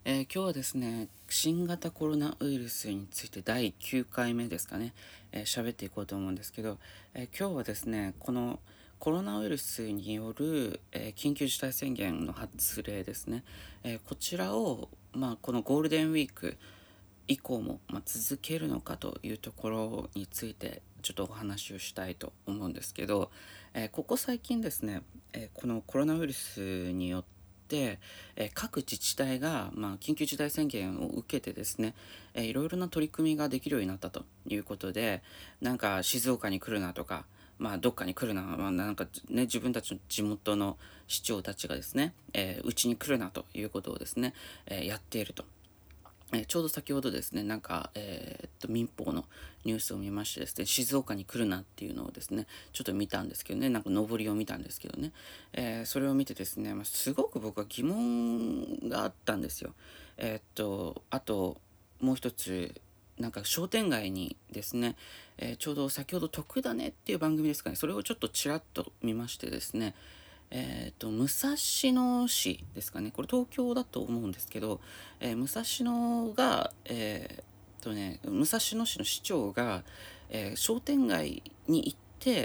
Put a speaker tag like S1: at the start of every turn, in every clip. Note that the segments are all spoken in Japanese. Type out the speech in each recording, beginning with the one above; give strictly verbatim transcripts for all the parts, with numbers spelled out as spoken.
S1: えー今日はですね、新型コロナウイルスについてだいきゅうかいめですかね、えー喋っていこうと思うんですけど、えー今日はですね、このコロナウイルスによる、えー緊急事態宣言の発令ですね、えーこちらを、まあ、このゴールデンウィーク以降も、まあ、続けるのかというところについてちょっとお話をしたいと思うんですけど、えーここ最近ですね、えーこのコロナウイルスによって、えー各自治体が、まあ、緊急事態宣言を受けてですね、えーいろいろな取り組みができるようになったということで、なんか静岡に来るなとか、まあ、どっかに来るな、まあ、なんかね、自分たちの地元の市長たちがですね、えーうちに来るなということをですね、えーやっていると。えーちょうど先ほどですね、なんか、えーっと、民放のニュースを見ましてですね、静岡に来るなっていうのをですね、ちょっと見たんですけどね、なんか上りを見たんですけどね、えーそれを見てですね、まあ、すごく僕は疑問があったんですよ。えーっと、あと、もう一つ、なんか商店街にですね、えーちょうど先ほど「得だね」っていう番組ですかね、それをちょっとちらっと見ましてですね、えっと、武蔵野市ですかね。これ東京だと思うんですけど、えー武蔵野が、えーっとね、武蔵野市の市長が、えー商店街に行って、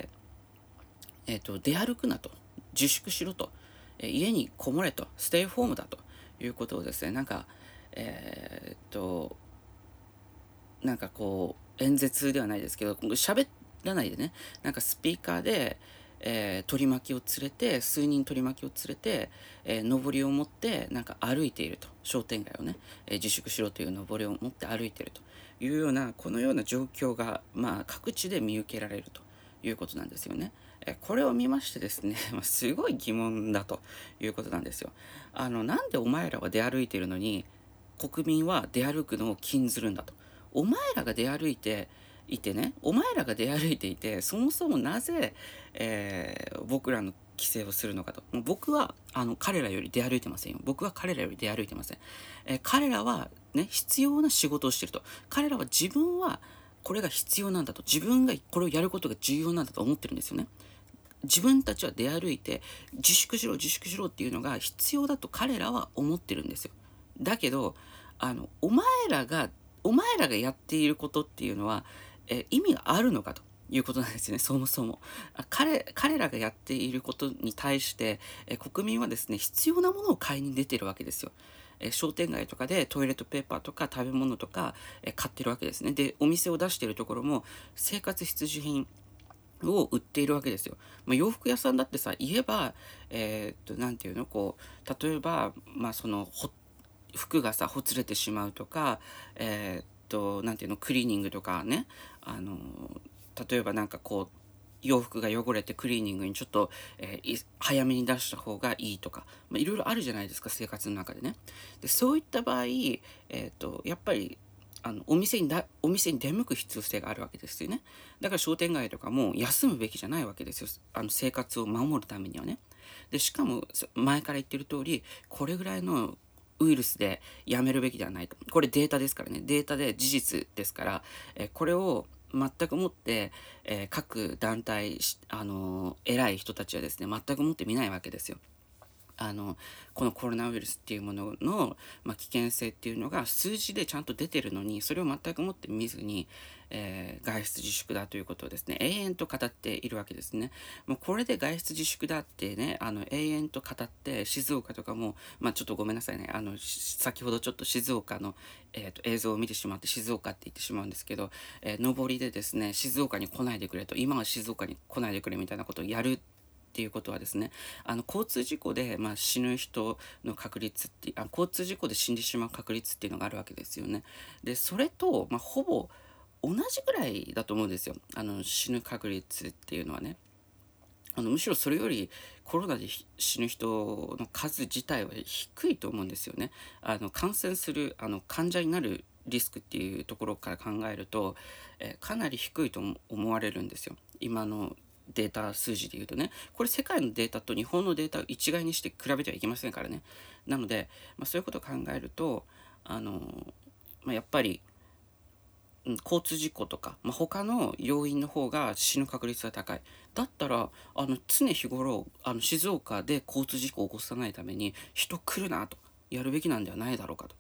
S1: えーっと、出歩くなと、自粛しろと、えー家にこもれと、ステイホームだということをですね、なんか、えーっと、なんかこう、演説ではないですけど、喋らないでね、なんかスピーカーで、えー取り巻きを連れて、数人取り巻きを連れて、えー、上りを持って、なんか歩いていると。商店街をね、えー自粛しろという上りを持って歩いているというような、このような状況が、まあ、各地で見受けられるということなんですよね。えーこれを見ましてですね、まあすごい疑問だということなんですよ。あの、なんでお前らは出歩いているのに、国民は出歩くのを禁ずるんだと。お前らが出歩いていてね、お前らが出歩いていて、そもそもなぜ、えー僕らの規制をするのかと。もう僕は、あの、彼らより出歩いてませんよ。僕は彼らより出歩いてません。えー彼らはね、必要な仕事をしていると。彼らは自分はこれが必要なんだと。自分がこれをやることが重要なんだと思ってるんですよね。自分たちは出歩いて自粛しろ自粛しろっていうのが必要だと彼らは思ってるんですよ。だけど、あのお前らがお前らがやっていることっていうのは、え意味があるのかということなんですよね。そもそもあ彼彼らがやっていることに対して、え国民はですね、必要なものを買いに出てるわけですよ。え商店街とかでトイレットペーパーとか食べ物とか、え買ってるわけですね。でお店を出しているところも生活必需品を売っているわけですよ。まあ、洋服屋さんだってさ、言えば、えーっと、なんていうの、こう、例えば、まあ、その、ほ服がさ、ほつれてしまうとか、えーっと、なんていうの、クリーニングとかね、あの、例えばなんかこう、洋服が汚れてクリーニングにちょっと、えーい早めに出した方がいいとか、まあ、いろいろあるじゃないですか、生活の中でね。で、そういった場合、えーっと、やっぱり、あの、お店にだ、お店に出向く必要性があるわけですよね。だから商店街とかも休むべきじゃないわけですよ。あの生活を守るためにはね。で、しかも前から言ってる通り、これぐらいのウイルスでやめるべきではないと。これデータですからね。データで事実ですから、えこれを全くもって、えー各団体、あのー偉い人たちはですね、全くもって見ないわけですよ。あのこのコロナウイルスっていうものの、まあ、危険性っていうのが数字でちゃんと出てるのに、それを全くもって見ずに、えー外出自粛だということをですね、永遠と語っているわけですね。もうこれで外出自粛だってね、あの永遠と語って、静岡とかも、まあ、ちょっとごめんなさいね、あの先ほどちょっと静岡の、えー、と映像を見てしまって静岡って言ってしまうんですけど、えー上りでですね、静岡に来ないでくれと、今は静岡に来ないでくれみたいなことをやるっていうことはですね、あの交通事故で、まあ、死ぬ人の確率ってあ交通事故で死んでしまう確率っていうのがあるわけですよね。でそれと、まあ、ほぼ同じぐらいだと思うんですよ、あの死ぬ確率っていうのはね。あのむしろそれよりコロナで死ぬ人の数自体は低いと思うんですよね。あの感染するあの患者になるリスクっていうところから考えると、えーかなり低いと思われるんですよ、今のデータ数字で言うとね。これ世界のデータと日本のデータを一概にして比べてはいけませんからね。なので、まあ、そういうことを考えると、あの、まあ、やっぱりうん、交通事故とか、まあ、他の要因の方が死ぬ確率が高い。だったら、あの、常日頃、あの、静岡で交通事故を起こさないために、人来るなと、やるべきなんではないだろうかと。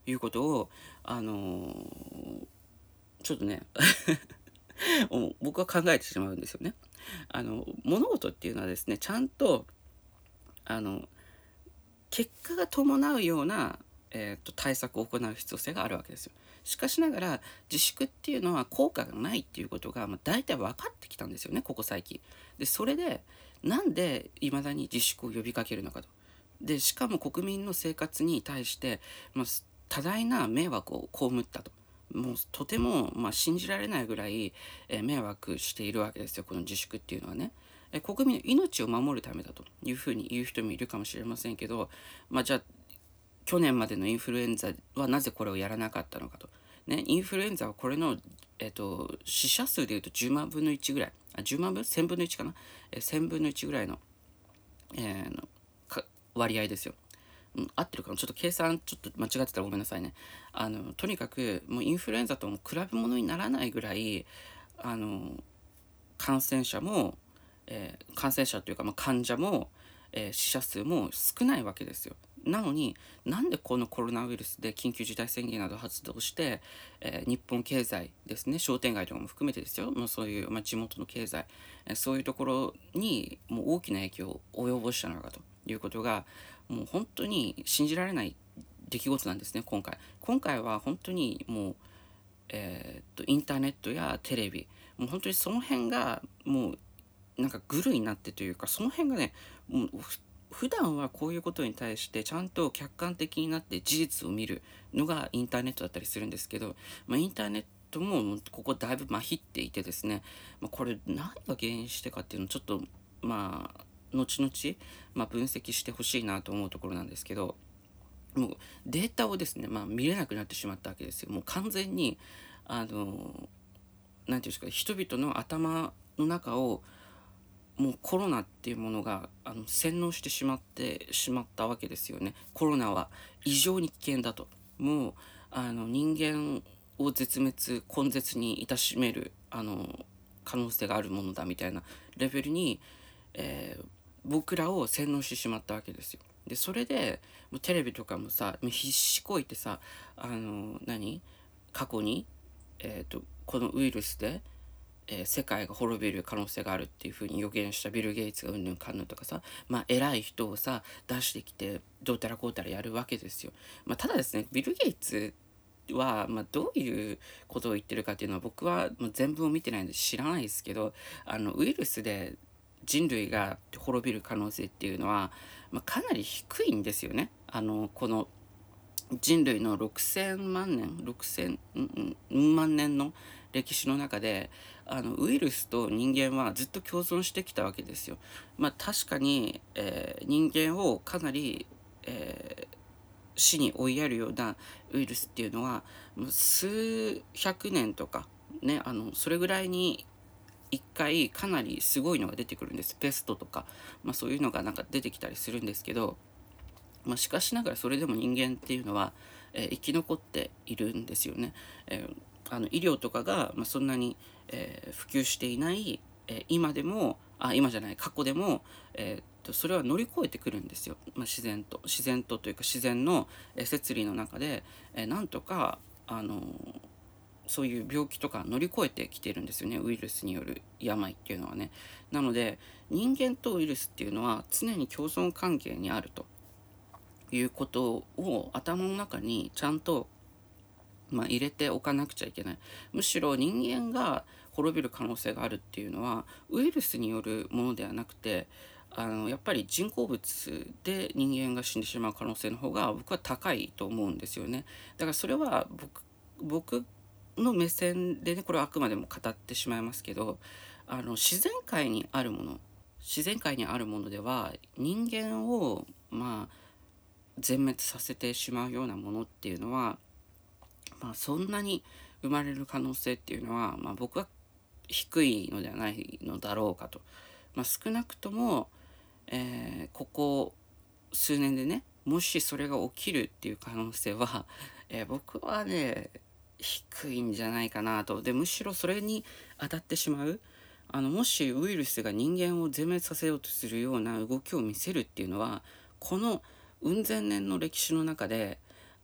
S1: いうことを、あのーちょっとねもう僕は考えてしまうんですよね。あの物事っていうのはですね、ちゃんとあの結果が伴うような、えーと、対策を行う必要性があるわけですよ。しかしながら自粛っていうのは効果がないっていうことが、まあ、大体分かってきたんですよね、ここ最近。でそれでなんでいまだに自粛を呼びかけるのかと。でしかも国民の生活に対して、まあ、多大な迷惑を被ったと。もうとても、まあ、信じられないぐらい、えー迷惑しているわけですよ、この自粛っていうのはね。え国民の命を守るためだというふうに言う人もいるかもしれませんけど、まあ、じゃあ去年までのインフルエンザはなぜこれをやらなかったのかと。ね、インフルエンザはこれの、えっと、死者数でいうとじゅうまんぶんのいちぐらい、あじゅうまんぶん ?せんぶんのいちかな、えせんぶんのいちぐらいの、えーのか割合ですよ。うん、合ってるかな、ちょっと計算ちょっと間違ってたらごめんなさいね。あのとにかくもうインフルエンザとも比べ物にならないぐらいあの感染者も、えー感染者というか、まあ、患者も、えー死者数も少ないわけですよ。なのになんでこのコロナウイルスで緊急事態宣言などを発動して、えー日本経済ですね、商店街とかも含めてですよ、まあ、そういう、まあ、地元の経済、えーそういうところにもう大きな影響を及ぼしたのかということが、もう本当に信じられない出来事なんですね、今回。今回は本当にもう、えーっとインターネットやテレビ、もう本当にその辺がもうなんかグルになってというか、その辺がね、もうふ普段はこういうことに対してちゃんと客観的になって事実を見るのがインターネットだったりするんですけど、まあ、インターネットももうここだいぶまひっていてですね、まあ、これ何が原因してかっていうのをちょっとまあ後々、まあ、分析してほしいなと思うところなんですけど、もうデータをですね、まあ、見れなくなってしまったわけですよ。もう完全にあのなんていうんですか、人々の頭の中をもうコロナっていうものがあの洗脳してしまってしまったわけですよね。コロナは異常に危険だと。もうあの人間を絶滅根絶にいたしめるあの可能性があるものだみたいなレベルに、えー僕らを洗脳してしまったわけですよ。でそれでもうテレビとかもさ、もう必死こいてさ、あの何過去に、えーとこのウイルスでえー世界が滅びる可能性があるっていうふうに予言したビル・ゲイツがうんぬんかんぬんとかさ、まあ偉い人をさ出してきてどうたらこうたらやるわけですよ。まあ、ただですね、ビル・ゲイツは、まあ、どういうことを言ってるかっていうのは僕はもう全文を見てないんで知らないですけど、あのウイルスで人類が滅びる可能性っていうのは、まあ、かなり低いんですよね。あのこの人類のろくせんまんねんろくせん万年の歴史の中で、あのウイルスと人間はずっと共存してきたわけですよ。まあ確かに、えー人間をかなり、えー死に追いやるようなウイルスっていうのはもう数百年とかね、あのそれぐらいに一回かなりすごいのが出てくるんです。ペストとか、まあ、そういうのがなんか出てきたりするんですけど、まあ、しかしながらそれでも人間っていうのは、えー生き残っているんですよね。えーあの医療とかが、まあ、そんなに、えー普及していない、えー今でもあ今じゃない過去でも、えーっとそれは乗り越えてくるんですよ。まあ、自然と自然とというか自然の、えー摂理の中で、えーなんとかあのーそういう病気とか乗り越えてきてるんですよね、ウイルスによる病っていうのはね。なので人間とウイルスっていうのは常に共存関係にあるということを頭の中にちゃんと、まあ、入れておかなくちゃいけない。むしろ人間が滅びる可能性があるっていうのはウイルスによるものではなくて、あのやっぱり人工物で人間が死んでしまう可能性の方が僕は高いと思うんですよね。だからそれは僕僕の目線でね、これはあくまでも語ってしまいますけど、あの自然界にあるもの自然界にあるものでは人間をまあ全滅させてしまうようなものっていうのは、まあ、そんなに生まれる可能性っていうのは、まあ、僕は低いのではないのだろうかと。まあ、少なくとも、えーここ数年でね、もしそれが起きるっていう可能性は、えー僕はね低いんじゃないかなと。でむしろそれに当たってしまう、あのもしウイルスが人間を全滅させようとするような動きを見せるっていうのは、このうん千年の歴史の中で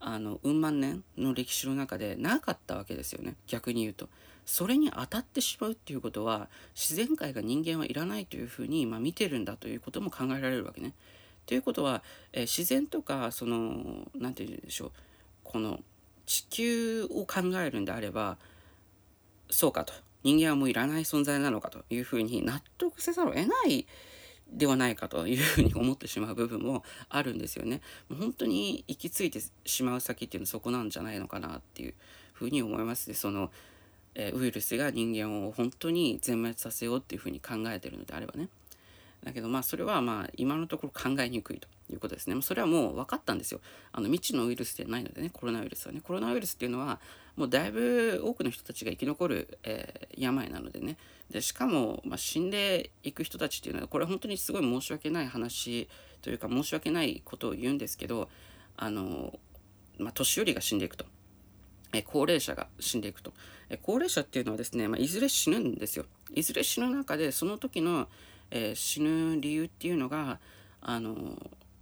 S1: あのうん万年の歴史の中でなかったわけですよね。逆に言うとそれに当たってしまうっていうことは自然界が人間はいらないというふうに、まあ、見てるんだということも考えられるわけね。ということは、えー自然とかそのなんて言うんでしょう、この地球を考えるんであれば、そうかと、人間はもういらない存在なのかというふうに納得せざるを得ないではないかというふうに思ってしまう部分もあるんですよね。もう本当に行き着いてしまう先っていうのはそこなんじゃないのかなっていうふうに思いますね。その、えーウイルスが人間を本当に全滅させようっていうふうに考えてるのであればね。だけどまあそれはまあ今のところ考えにくいということですね。それはもう分かったんですよ。あの未知のウイルスではないのでね、コロナウイルスはね。コロナウイルスっていうのはもうだいぶ多くの人たちが生き残る、えー病なのでね。でしかも、まあ、死んでいく人たちっていうのはこれは本当にすごい申し訳ない話というか申し訳ないことを言うんですけど、あの、まあ、年寄りが死んでいくと。え高齢者が死んでいくと。え高齢者っていうのはですね、まあ、いずれ死ぬんですよ。いずれ死ぬ中で、その時の、えー死ぬ理由っていうのが、あの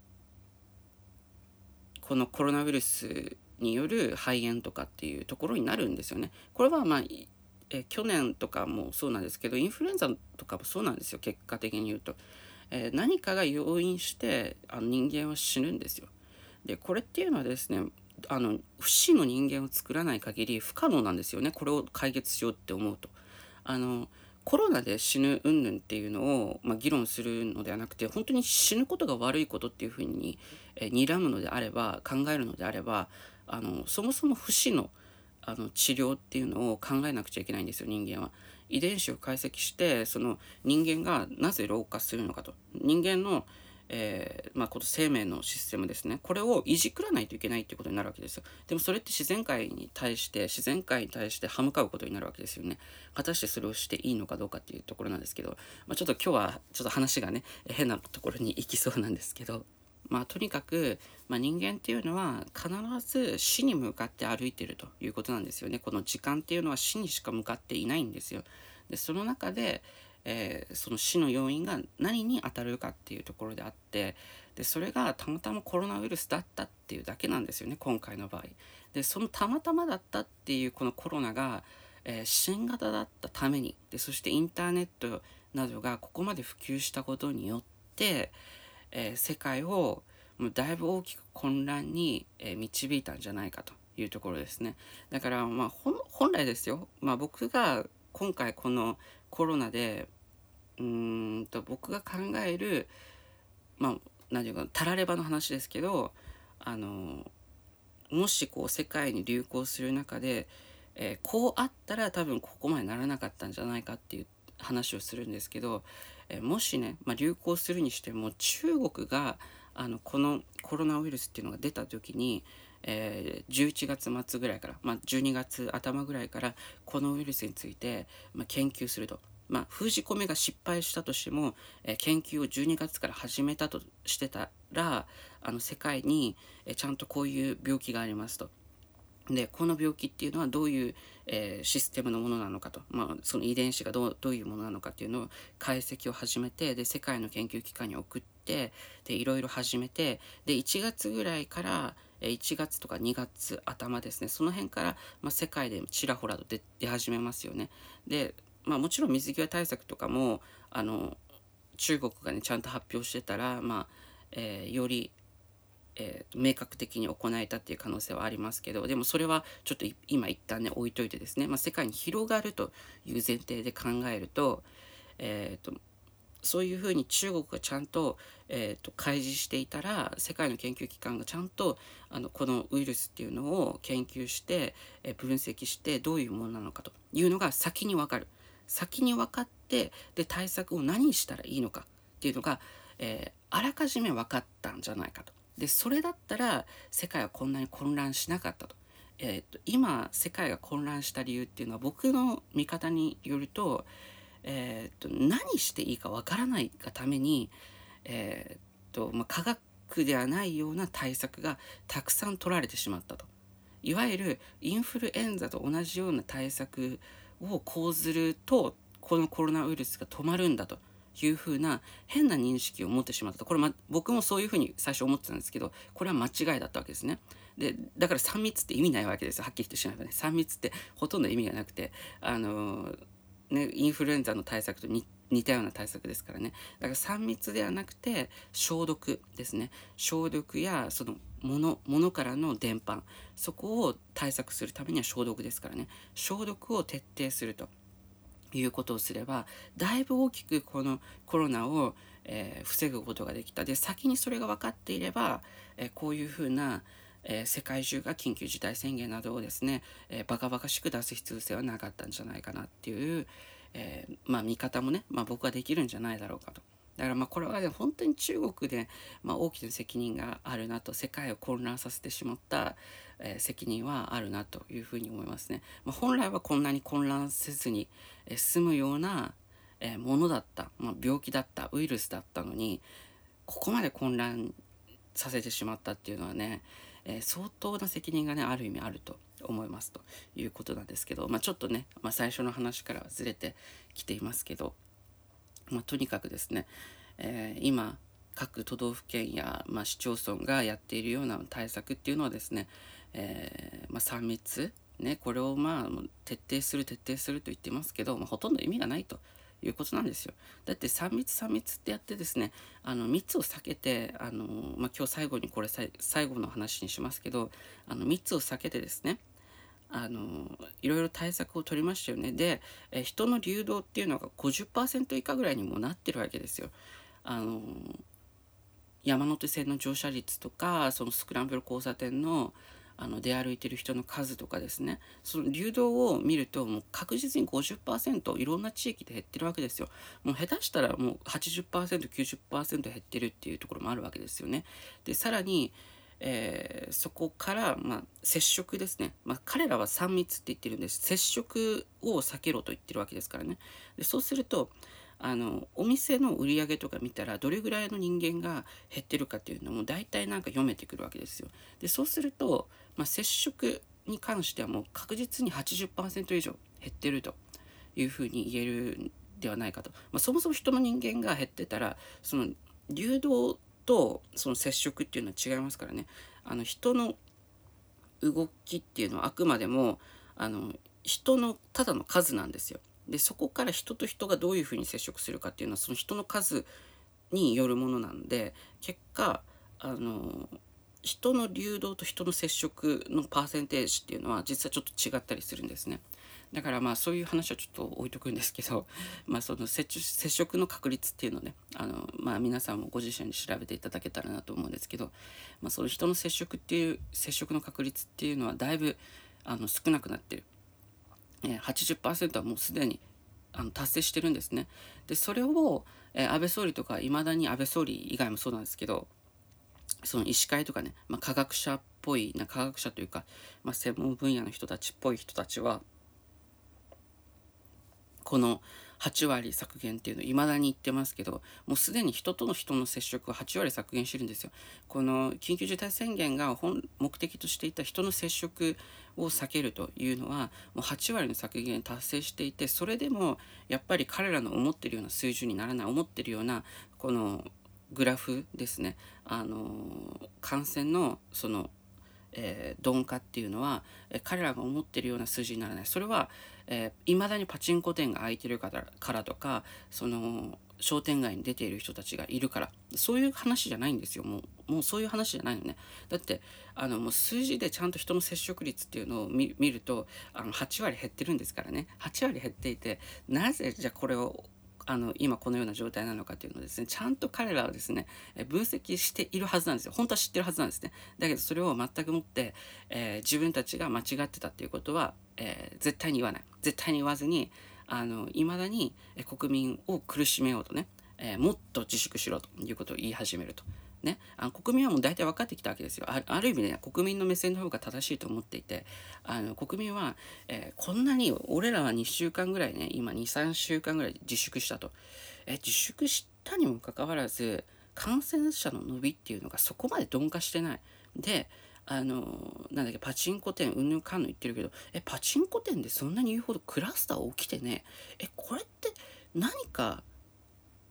S1: このコロナウイルスによる肺炎とかっていうところになるんですよね。これはまあ、え去年とかもそうなんですけど、インフルエンザとかもそうなんですよ、結果的に言うと。えー何かが要因してあの人間は死ぬんですよ。でこれっていうのはですね、あの不死の人間を作らない限り不可能なんですよね。これを解決しようって思うと。あのコロナで死ぬ云々っていうのを、まあ、議論するのではなくて、本当に死ぬことが悪いことっていうふうに、えー睨むのであれば、考えるのであれば、あのそもそも不死のあの治療っていうのを考えなくちゃいけないんですよ、人間は。遺伝子を解析して、その人間がなぜ老化するのかと。人間のえーまあ、この生命のシステムですね、これをいじくらないといけないっていうことになるわけですよ。でもそれって自然界に対して自然界に対して歯向かうことになるわけですよね。果たしてそれをしていいのかどうかっていうところなんですけど、まあ、ちょっと今日はちょっと話がね変なところに行きそうなんですけど、まあとにかく、まあ、人間っていうのは必ず死に向かって歩いているということなんですよね。この時間っていうのは死にしか向かっていないんですよ。でその中でえーその死の要因が何に当たるかっていうところであって、でそれがたまたまコロナウイルスだったっていうだけなんですよね、今回の場合。でそのたまたまだったっていうこのコロナが、えー新型だったために、でそしてインターネットなどがここまで普及したことによって、えー世界をもうだいぶ大きく混乱に、えー導いたんじゃないかというところですね。だからまあ本本来ですよ、まあ、僕が今回このコロナでうーんと僕が考える、まあ何て言うかたらればの話ですけど、あのもしこう世界に流行する中で、えーこうあったら多分ここまでならなかったんじゃないかっていう話をするんですけど、えーもしね、まあ、流行するにしても中国があのこのコロナウイルスっていうのが出た時に、えーじゅういちがつ末ぐらいから、まあ、じゅうにがつ頭ぐらいからこのウイルスについて、まあ、研究すると。まあ、封じ込めが失敗したとしても、えー研究をじゅうにがつから始めたとしてたら、あの世界に、えーちゃんとこういう病気がありますと。でこの病気っていうのはどういう、えーシステムのものなのかと、まあ、その遺伝子がどう、どういうものなのかっていうのを解析を始めて、で世界の研究機関に送って、でいろいろ始めて、でいちがつぐらいからえーいちがつとかにがつ頭ですね、その辺から、まあ、世界でちらほらと出出始めますよね。で、まあ、もちろん水際対策とかもあの中国がねちゃんと発表してたら、まあえーよりえーと明確的に行えたっていう可能性はありますけど、でもそれはちょっと今一旦ね置いといてですね、まあ、世界に広がるという前提で考えると、えーとそういうふうに中国がちゃんと,、えーと開示していたら、世界の研究機関がちゃんとあのこのウイルスっていうのを研究して、えー分析してどういうものなのかというのが先に分かる。先に分かって、で対策を何したらいいのかっていうのが、えーあらかじめ分かったんじゃないかと。でそれだったら世界はこんなに混乱しなかったと。えーと今世界が混乱した理由っていうのは僕の見方によると、えー、と何していいかわからないがために、えーとまあ、科学ではないような対策がたくさん取られてしまったと。いわゆるインフルエンザと同じような対策を講ずるとこのコロナウイルスが止まるんだというふうな変な認識を持ってしまったと。これ、ま、僕もそういうふうに最初思ってたんですけど、これは間違いだったわけですね。 でだからさん密って意味ないわけですよ。はっきりとしないとね、さん密ってほとんど意味がなくて、あのね、インフルエンザの対策と似似たような対策ですからね。だからさん密ではなくて消毒ですね。消毒やその物物からの伝播、そこを対策するためには消毒ですからね。消毒を徹底するということをすれば、だいぶ大きくこのコロナを、えー防ぐことができた。で、先にそれが分かっていれば、えーこういうふうな、えー世界中が緊急事態宣言などをですね、えーバカバカしく出す必要性はなかったんじゃないかなっていう、えーまあ見方もね、まあ僕はできるんじゃないだろうかと。だからまあこれはね、本当に中国で、まあ、大きな責任があるなと、世界を混乱させてしまった、えー責任はあるなというふうに思いますね。まあ、本来はこんなに混乱せずに、えー済むような、えーものだった、まあ、病気だった、ウイルスだったのに、ここまで混乱させてしまったっていうのはね、えー相当な責任がね、ある意味あると思いますということなんですけど、まあ、ちょっとね、まあ、最初の話からはずれてきていますけど、まあ、とにかくですね、えー今各都道府県や、まあ、市町村がやっているような対策っていうのはですね、えーまあ、さん密、ね、これをまあ徹底する徹底すると言ってますけど、まあ、ほとんど意味がないということなんですよ。だってさん密さん密ってやってですね、あの密を避けて、あの、まあ、今日最後にこれさい最後の話にしますけど、あの密を避けてですね、あのいろいろ対策を取りましたよね。で、え人の流動っていうのがごじゅっパーセント以下ぐらいにもなってるわけですよ。あの山手線の乗車率とか、そのスクランブル交差点のあの出歩いてる人の数とかですね、その流動を見るともう確実にごじゅっパーセントいろんな地域で減ってるわけですよ。もう下手したらもうはちじゅっパーセント、きゅうじゅっパーセント減ってるっていうところもあるわけですよね。で、さらに、えーそこから、まあ、接触ですね。まあ、彼らはさん密って言ってるんです。接触を避けろと言ってるわけですからね。で、そうすると、あのお店の売り上げとか見たらどれぐらいの人間が減ってるかっていうのも大体なんか読めてくるわけですよ。でそうすると、まあ、接触に関してはもう確実にはちじゅっパーセント以上減ってるというふうに言えるんではないかと。まあ、そもそも人の人間が減ってたらその流動とその接触っていうのは違いますからね。あの人の動きっていうのはあくまでもあの人のただの数なんですよ。でそこから人と人がどういうふうに接触するかっていうのはその人の数によるものなんで、結果あの人の流動と人の接触のパーセンテージっていうのは実はちょっと違ったりするんですね。だからまあそういう話はちょっと置いとくんですけど、まあその接接触の確率っていうのをね、あのまあ皆さんもご自身で調べていただけたらなと思うんですけど、まあその人の接触っていう接触の確率っていうのはだいぶあの少なくなってる。えー、はちじゅっパーセントはもうすでにあの達成してるんですね。でそれを、えー安倍総理とかいまだに安倍総理以外もそうなんですけど、その医師会とかね、まあ、科学者っぽいな科学者というか、まあ、専門分野の人たちっぽい人たちはこのはち割削減っていうのを未だに言ってますけど、もうすでに人との人の接触をはち割削減してるんですよ。この緊急事態宣言が本目的としていた人の接触を避けるというのはもうはち割の削減達成していて、それでもやっぱり彼らの思ってるような水準にならない、思ってるようなこのグラフですね、あの感染のそのえー鈍化っていうのは、えー彼らが思ってるような数字にならない。それは、えー、未だにパチンコ店が開いてるからからとか、その商店街に出ている人たちがいるから、そういう話じゃないんですよ。もうもうそういう話じゃないのね。だってあのもう数字でちゃんと人の接触率っていうのを見見ると、あのはち割減ってるんですからね。はち割減っていて、なぜじゃあこれをあの今このような状態なのかというのをですね、ちゃんと彼らはですねえ分析しているはずなんですよ。本当は知ってるはずなんですね。だけどそれを全くもって、えー自分たちが間違ってたっていうことは、えー絶対に言わない、絶対に言わずに、あの未だにえー国民を苦しめようとね、えーもっと自粛しろということを言い始めると。ね、あの国民はもう大体分かってきたわけですよ。あある意味ね、国民の目線の方が正しいと思っていて、あの国民は、えーこんなに俺らはにしゅうかんぐらいね、今にさんしゅうかんぐらい自粛したと。え自粛したにもかかわらず感染者の伸びっていうのがそこまで鈍化してない。であのなんだっけ、パチンコ店うんぬんかんぬん言ってるけど、えパチンコ店でそんなに言うほどクラスター起きてね、えこれって何か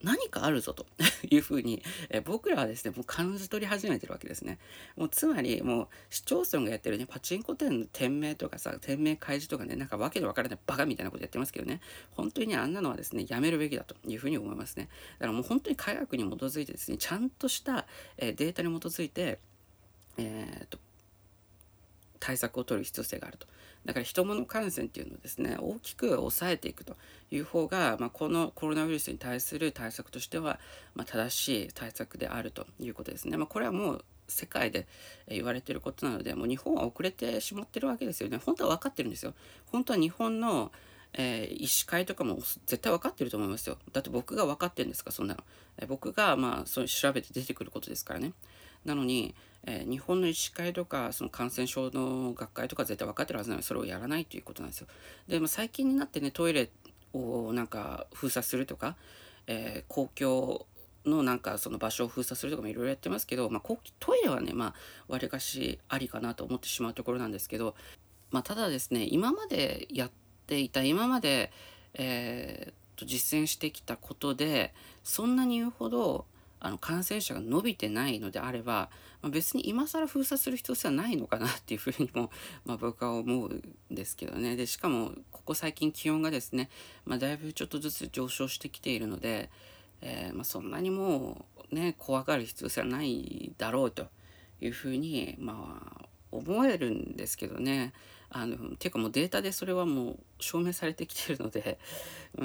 S1: 何かあるぞというふうに、え僕らはですね、もう感じ取り始めてるわけですね。もうつまり、もう市町村がやってるね、パチンコ店の店名とかさ、店名開示とかね、なんかわけのわからないバカみたいなことやってますけどね、本当にね、あんなのはですね、やめるべきだというふうに思いますね。だからもう本当に科学に基づいてですね、ちゃんとした、えデータに基づいて、えーと、対策を取る必要性があると。だから人物感染っていうのをですね、大きく抑えていくという方が、まあ、このコロナウイルスに対する対策としては、まあ、正しい対策であるということですね。まあ、これはもう世界で言われていることなので、もう日本は遅れてしまってるわけですよね。本当は分かってるんですよ。本当は日本の、えー医師会とかも絶対分かってると思いますよ。だって僕が分かってるんですか、そんなの。えー僕がまあそう調べて出てくることですからね。なのに、えー日本の医師会とかその感染症の学会とか絶対分かってるはずなのにそれをやらないということなんですよ。で、まあ、最近になってねトイレをなんか封鎖するとか、えー公共のなんかその場所を封鎖するとかもいろいろやってますけど、まあ、公トイレはねまあわりかしありかなと思ってしまうところなんですけど、まあ、ただですね、今までやっていた、今まで、えーっと、実践してきたことで、そんなに言うほど、あの、感染者が伸びてないのであれば、まあ、別に今更封鎖する必要性はないのかなっていうふうにも、まあ、僕は思うんですけどね。で、しかも、ここ最近気温がですね、まあ、だいぶちょっとずつ上昇してきているので、えーまあ、そんなにもうね、怖がる必要性はないだろうというふうに、まあ、思えるんですけどね。あの、ていうかもうデータでそれはもう証明されてきてるので、うん、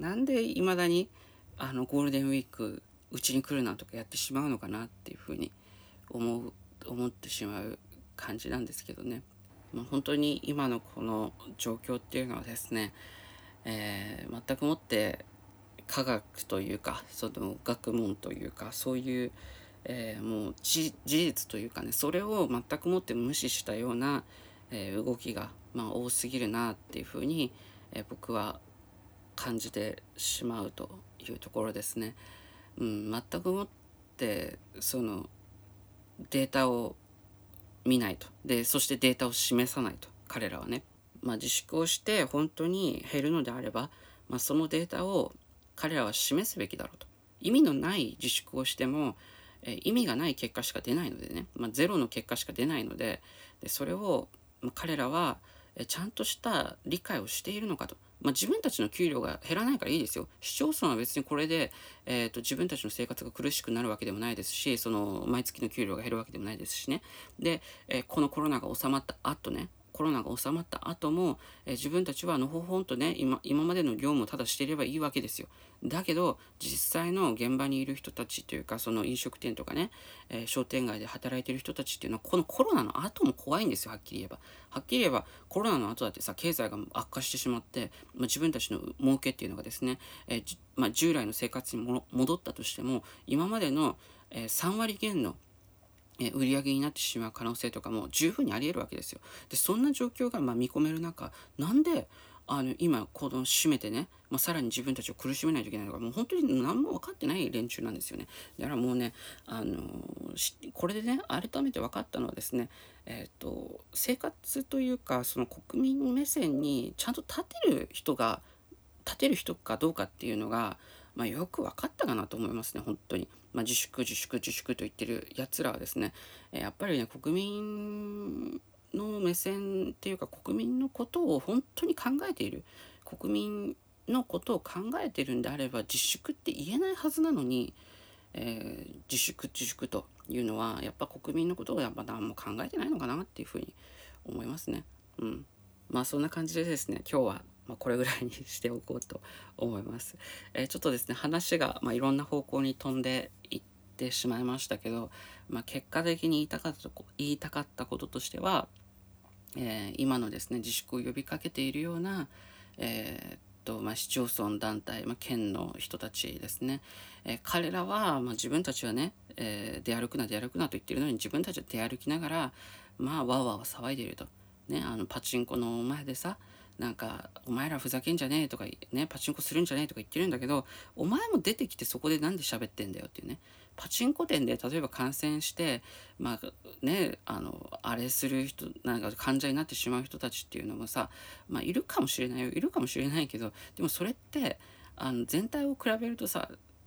S1: なんで未だにあのゴールデンウィークうちに来るなとかやってしまうのかなっていうふうに思う、思ってしまう感じなんですけどね。まあ、本当に今のこの状況っていうのはですね、えー全くもって科学というか、その学問というか、そういう、えーもう事実というかね、それを全くもって無視したような、えー動きが、まあ、多すぎるなっていうふうに、えー僕は感じてしまうというところですね。うん、全くもってそのデータを見ないと。で、そしてデータを示さないと。彼らはね。まあ、自粛をして本当に減るのであれば、まあ、そのデータを彼らは示すべきだろうと。意味のない自粛をしても、えー意味がない結果しか出ないのでね、まあ、ゼロの結果しか出ないので、でそれを、まあ、彼らは、えーちゃんとした理解をしているのかと。まあ、自分たちの給料が減らないからいいですよ。市町村は別にこれで、えーと、自分たちの生活が苦しくなるわけでもないですし、その毎月の給料が減るわけでもないですしね。で、えーこのコロナが収まった後ね、コロナが収まった後も、えー自分たちはのほほんとね、今、今までの業務をただしていればいいわけですよ。だけど、実際の現場にいる人たちというか、その飲食店とかね、えー商店街で働いている人たちっていうのは、このコロナの後も怖いんですよ、はっきり言えば。はっきり言えば、コロナの後だってさ、経済が悪化してしまって、まあ、自分たちの儲けっていうのがですね、えーまあ、従来の生活にも戻ったとしても、今までの、えーさん割減のえ売り上げになってしまう可能性とかも十分にあり得るわけですよ。で、そんな状況がまあ見込める中、なんであの今この締めてね、まあ、さらに自分たちを苦しめないといけないのか、もう本当に何も分かってない連中なんですよね。だからもうね、あのこれでね、改めて分かったのはですね、えっ、と、生活というか、その国民目線にちゃんと立てる人が、立てる人かどうかっていうのが、まあ、よく分かったかなと思いますね、本当に。まあ、自粛、自粛、自粛と言ってるやつらはですね、えやっぱりね、国民の目線っていうか、国民のことを本当に考えている、国民のことを考えているんであれば、自粛って言えないはずなのに、えー自粛、自粛というのは、やっぱ国民のことをやっぱ何も考えてないのかなっていうふうに思いますね。うん。まあそんな感じでですね、今日はまあこれぐらいにしておこうと思います。えーちょっとですね、話がまあいろんな方向に飛んでいってしまいましたけど、まあ結果的に言いたかったこ、言いたかったこととしては、えー今のですね、自粛を呼びかけているような、えーっと、まあ、市町村団体、まあ、県の人たちですね。えー彼らは、まあ、自分たちはね、えー出歩くな出歩くなと言ってるのに自分たちは出歩きながら、まあ、わーわーわー騒いでいると。ね、あの、パチンコの前でさ、なんか、お前らふざけんじゃねえとか、ね、パチンコするんじゃねえとか言ってるんだけど、お前も出てきてそこでなんで喋ってんだよっていうね。パチンコ店で例えば感染して、まあね、あの、あれする人、なんか患者になってしまう人たちっていうのもさ、いるかもしれないよ。いるかもしれないけど、でもそれって、あの、全体を比べるとさ、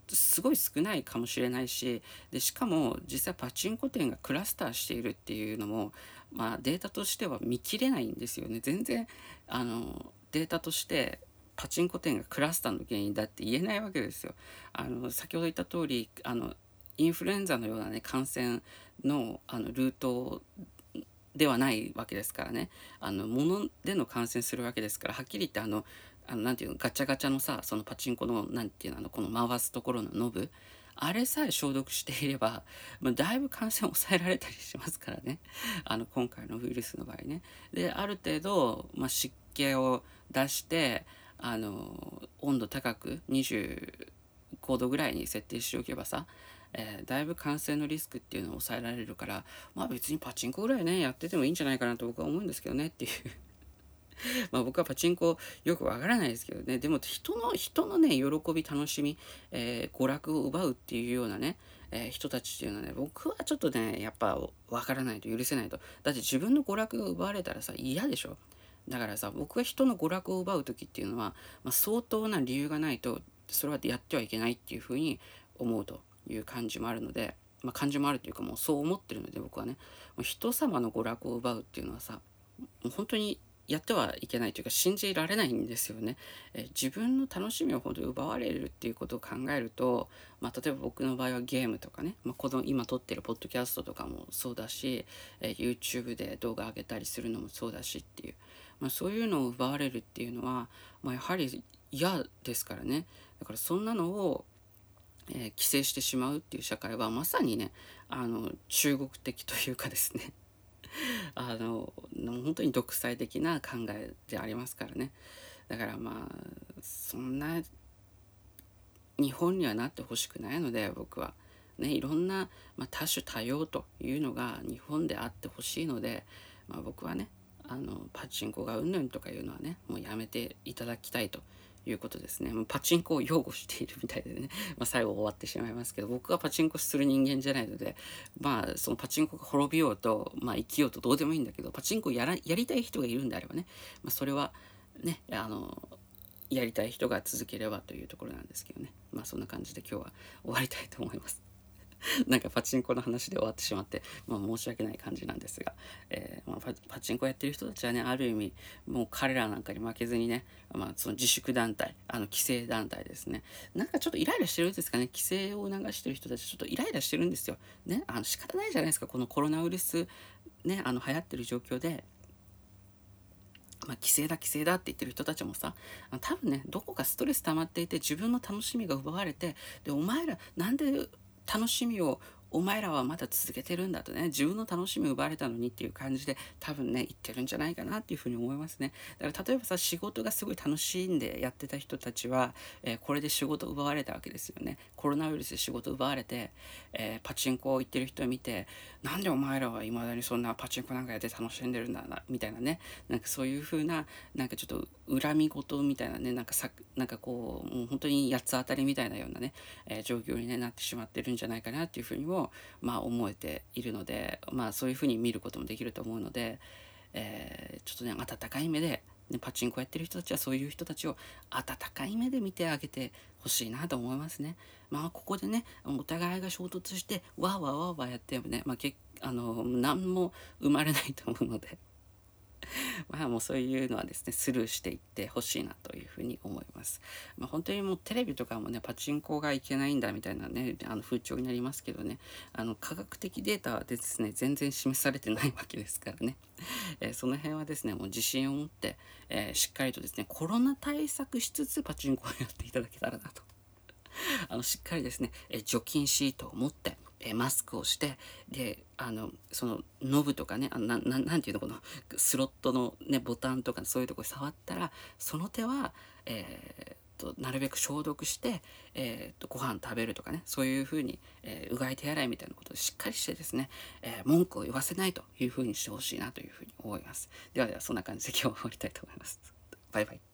S1: すごい少ないかもしれないし、でしかも実際パチンコ店がクラスターしているっていうのも、まあ、データとしては見切れないんですよね。全然あのデータとしてパチンコ店がクラスターの原因だって言えないわけですよ。あの先ほど言った通りあのインフルエンザのようなね感染のあのルートではないわけですからね。あの物での感染するわけですから、はっきり言ってあのあのなんていうの、ガチャガチャのさ、そのパチンコのなんていうの、あのこの回すところのノブ、あれさえ消毒していれば、まあ、だいぶ感染を抑えられたりしますからね。あの今回のウイルスの場合ね。である程度、まあ、湿気を出してあの温度高くにじゅうごどぐらいに設定しておけばさ、えーだいぶ感染のリスクっていうのを抑えられるから、まあ別にパチンコぐらいねやっててもいいんじゃないかなと僕は思うんですけどねっていうまあ僕はパチンコよくわからないですけどね、でも人の人のね喜び楽しみ、えー娯楽を奪うっていうようなね、えー人たちっていうのはね、僕はちょっとねやっぱわからないと、許せないと。だって自分の娯楽が奪われたらさ嫌でしょ。だからさ、僕が人の娯楽を奪う時っていうのは、まあ、相当な理由がないとそれはやってはいけないっていうふうに思うという感じもあるので、まあ、感じもあるというかもうそう思ってるので、僕はね、もう人様の娯楽を奪うっていうのはさ、もう本当にやってはいけないというか信じられないんですよね。え自分の楽しみを本当に奪われるっていうことを考えると、まあ、例えば僕の場合はゲームとかね、まあ、この今撮ってるポッドキャストとかもそうだし、え YouTube で動画上げたりするのもそうだしっていう、まあ、そういうのを奪われるっていうのは、まあ、やはり嫌ですからね。だからそんなのをえー規制してしまうっていう社会はまさにね、あの中国的というかですねあの本当に独裁的な考えでありますからね。だからまあそんな日本にはなってほしくないので、僕はね、いろんな、まあ、多種多様というのが日本であってほしいので、まあ、僕はね、あのパチンコがうんぬんとかいうのはねもうやめていただきたいということですね。もうパチンコを擁護しているみたいでね、まあ、最後終わってしまいますけど、僕はパチンコする人間じゃないので、まあそのパチンコが滅びようと、まあ、生きようとどうでもいいんだけど、パチンコやらやりたい人がいるんであればね、まあ、それはね、あのやりたい人が続ければというところなんですけどね。まあそんな感じで今日は終わりたいと思います。なんかパチンコの話で終わってしまって、まあ、申し訳ない感じなんですが、えーまあ、パパチンコやってる人たちはね、ある意味もう彼らなんかに負けずにね、まあ、その自粛団体、あの規制団体ですね、なんかちょっとイライラしてるんですかね。規制を促してる人たちちょっとイライラしてるんですよね。あの仕方ないじゃないですか、このコロナウイルスね、あの流行ってる状況で。まあ、規制だ規制だって言ってる人たちもさ、あの多分ねどこかストレス溜まっていて自分の楽しみが奪われて、でお前らなんで楽しみをお前らはまだ続けてるんだとね、自分の楽しみを奪われたのにっていう感じで多分ね言ってるんじゃないかなっていうふうに思いますね。だから例えばさ、仕事がすごい楽しんでやってた人たちは、えーこれで仕事を奪われたわけですよね。コロナウイルスで仕事を奪われて、えーパチンコを行ってる人を見て、なんでお前らはいまだにそんなパチンコなんかやって楽しんでるんだなみたいなね、なんかそういう風な、なんかちょっと恨み事みたいなね、なんかさなんかこうもう本当に八つ当たりみたいなようなね、えー状況に、ね、なってしまってるんじゃないかなっていうふうにもまあ思えているので、まあそういうふうに見ることもできると思うので、えーちょっとね温かい目で、ね、パチンコやってる人たちはそういう人たちを温かい目で見てあげてほしいなと思いますね。まあここでねお互いが衝突してわーわーわーわーやってもね、まあ、けあの何も生まれないと思うのでまあもうそういうのはですねスルーしていってほしいなというふうに思います。まあ、本当にもうテレビとかもねパチンコがいけないんだみたいなねあの風潮になりますけどね、あの科学的データはですね全然示されてないわけですからね、えーその辺はですねもう自信を持って、えーしっかりとですねコロナ対策しつつパチンコをやっていただけたらなとあのしっかりですね、え除菌シートを持って、えマスクをして、であのそのノブとかね、あのなななんていうのこのスロットの、ね、ボタンとかそういうところ触ったらその手は、えーとなるべく消毒して、えー、とご飯食べるとかね、そういうふうに、えーうがい手洗いみたいなことをしっかりしてですね、えー文句を言わせないというふうにしてほしいなというふうに思います。ではではそんな感じで今日は終わりたいと思います。バイバイ。